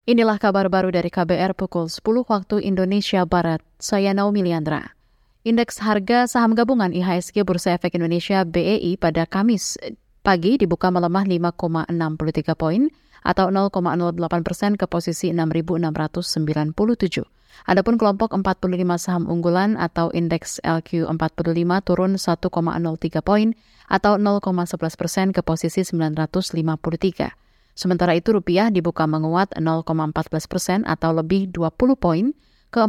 Inilah kabar baru dari KBR pukul 10 waktu Indonesia Barat. Saya Naomi Liandra. Indeks harga saham gabungan IHSG Bursa Efek Indonesia BEI pada Kamis pagi dibuka melemah 5,63 poin atau 0,08% ke posisi 6.697. Adapun kelompok 45 saham unggulan atau indeks LQ45 turun 1,03 poin atau 0,11% ke posisi 953. Sementara itu rupiah dibuka menguat 0,14% atau lebih 20 poin ke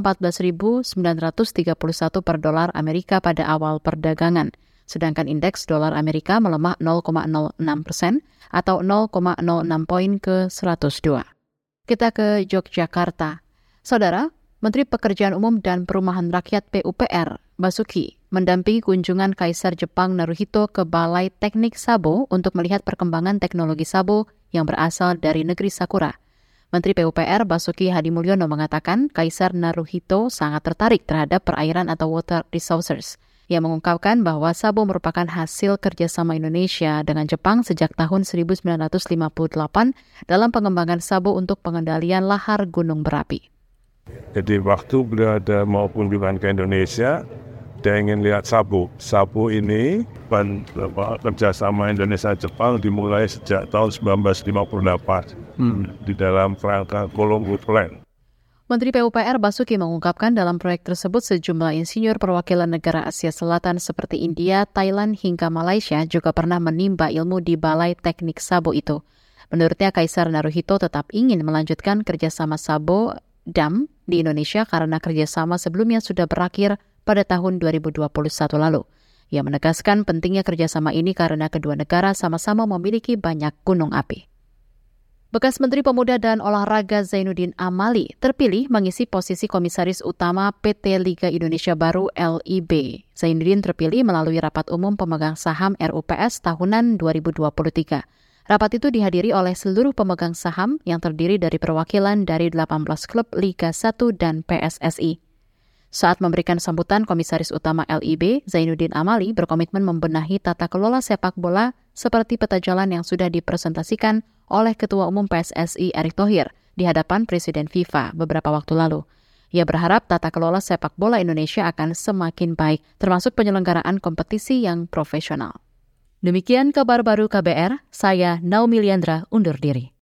14.931 per dolar Amerika pada awal perdagangan. Sedangkan indeks dolar Amerika melemah 0,06% atau 0,06 poin ke 102. Kita ke Yogyakarta. Saudara, Menteri Pekerjaan Umum dan Perumahan Rakyat PUPR, Basuki, mendampingi kunjungan Kaisar Jepang Naruhito ke Balai Teknik Sabo untuk melihat perkembangan teknologi Sabo yang berasal dari negeri Sakura. Menteri PUPR Basuki Hadimulyono mengatakan Kaisar Naruhito sangat tertarik terhadap perairan atau water resources. Ia mengungkapkan bahwa Sabo merupakan hasil kerjasama Indonesia dengan Jepang sejak tahun 1958 dalam pengembangan Sabo untuk pengendalian lahar gunung berapi. Jadi waktu beliau ada maupun kunjungan ke Indonesia, dia ingin lihat Sabo. Sabo ini kerjasama Indonesia-Jepang dimulai sejak tahun 1958 di dalam kerangka Colombo Plan. Menteri PUPR Basuki mengungkapkan dalam proyek tersebut sejumlah insinyur perwakilan negara Asia Selatan seperti India, Thailand, hingga Malaysia juga pernah menimba ilmu di Balai Teknik Sabo itu. Menurutnya Kaisar Naruhito tetap ingin melanjutkan kerjasama Sabo Dam di Indonesia karena kerjasama sebelumnya sudah berakhir pada tahun 2021 lalu. Ia menegaskan pentingnya kerjasama ini karena kedua negara sama-sama memiliki banyak gunung api. Bekas Menteri Pemuda dan Olahraga Zainuddin Amali terpilih mengisi posisi Komisaris Utama PT Liga Indonesia Baru LIB. Zainuddin terpilih melalui Rapat Umum Pemegang Saham RUPS tahunan 2023. Rapat itu dihadiri oleh seluruh pemegang saham yang terdiri dari perwakilan dari 18 klub Liga 1 dan PSSI. Saat memberikan sambutan Komisaris Utama LIB, Zainuddin Amali berkomitmen membenahi tata kelola sepak bola seperti peta jalan yang sudah dipresentasikan oleh Ketua Umum PSSI Erick Thohir di hadapan Presiden FIFA beberapa waktu lalu. Ia berharap tata kelola sepak bola Indonesia akan semakin baik, termasuk penyelenggaraan kompetisi yang profesional. Demikian kabar baru KBR, saya Naomi Liandra undur diri.